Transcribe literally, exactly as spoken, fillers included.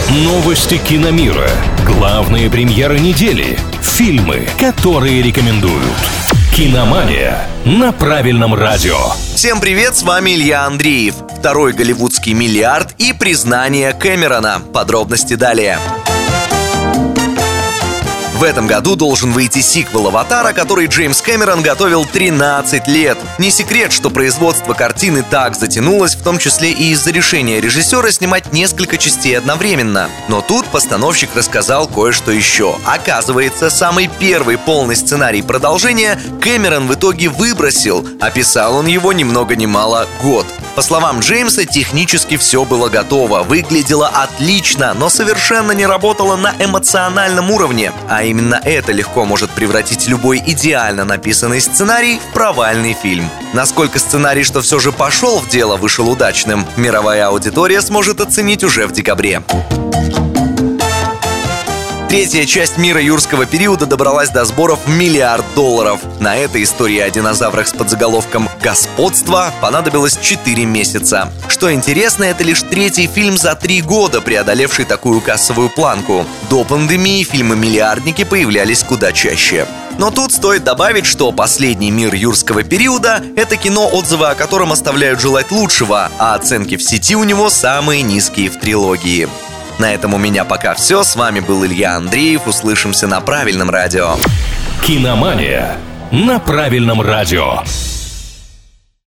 Новости киномира. Главные премьеры недели. Фильмы, которые рекомендуют. Киномания на правильном радио. Всем привет, с вами Илья Андреев. Второй голливудский миллиард и признание Кэмерона. Подробности далее. В этом году должен выйти сиквел «Аватара», который Джеймс Кэмерон готовил тринадцать лет. Не секрет, что производство картины так затянулось, в том числе и из-за решения режиссера снимать несколько частей одновременно. Но тут постановщик рассказал кое-что еще. Оказывается, самый первый полный сценарий продолжения Кэмерон в итоге выбросил. Описал он его ни много ни мало год. По словам Джеймса, технически все было готово, выглядело отлично, но совершенно не работало на эмоциональном уровне. А именно это легко может превратить любой идеально написанный сценарий в провальный фильм. Насколько сценарий, что все же пошел в дело, вышел удачным, мировая аудитория сможет оценить уже в декабре. Третья часть «Мира юрского периода» добралась до сборов в миллиард долларов. На этой истории о динозаврах с подзаголовком «Господство» понадобилось четыре месяца. Что интересно, это лишь третий фильм за три года, преодолевший такую кассовую планку. До пандемии фильмы-миллиардники появлялись куда чаще. Но тут стоит добавить, что последний «Мир юрского периода» — это кино, отзывы о котором оставляют желать лучшего, а оценки в сети у него самые низкие в трилогии. На этом у меня пока все. С вами был Илья Андреев. Услышимся на правильном радио. Киномания на правильном радио.